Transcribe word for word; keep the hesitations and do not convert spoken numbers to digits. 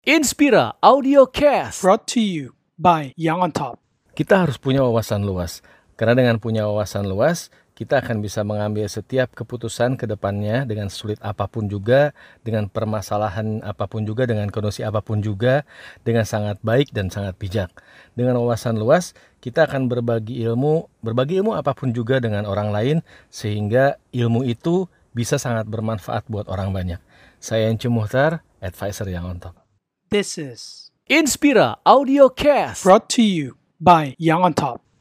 Inspira Audiocast. Brought to you by Young on Top. Kita harus punya wawasan luas. Karena dengan punya wawasan luas, kita akan bisa mengambil setiap keputusan ke depannya dengan sulit apapun juga, dengan permasalahan apapun juga, dengan kondisi apapun juga, dengan sangat baik dan sangat bijak. Dengan wawasan luas, kita akan berbagi ilmu, berbagi ilmu apapun juga dengan orang lain, sehingga ilmu itu bisa sangat bermanfaat buat orang banyak. Saya Ence Muhtar, advisor Young on Top. This is Inspira Audiocast. brought to you by Young on Top.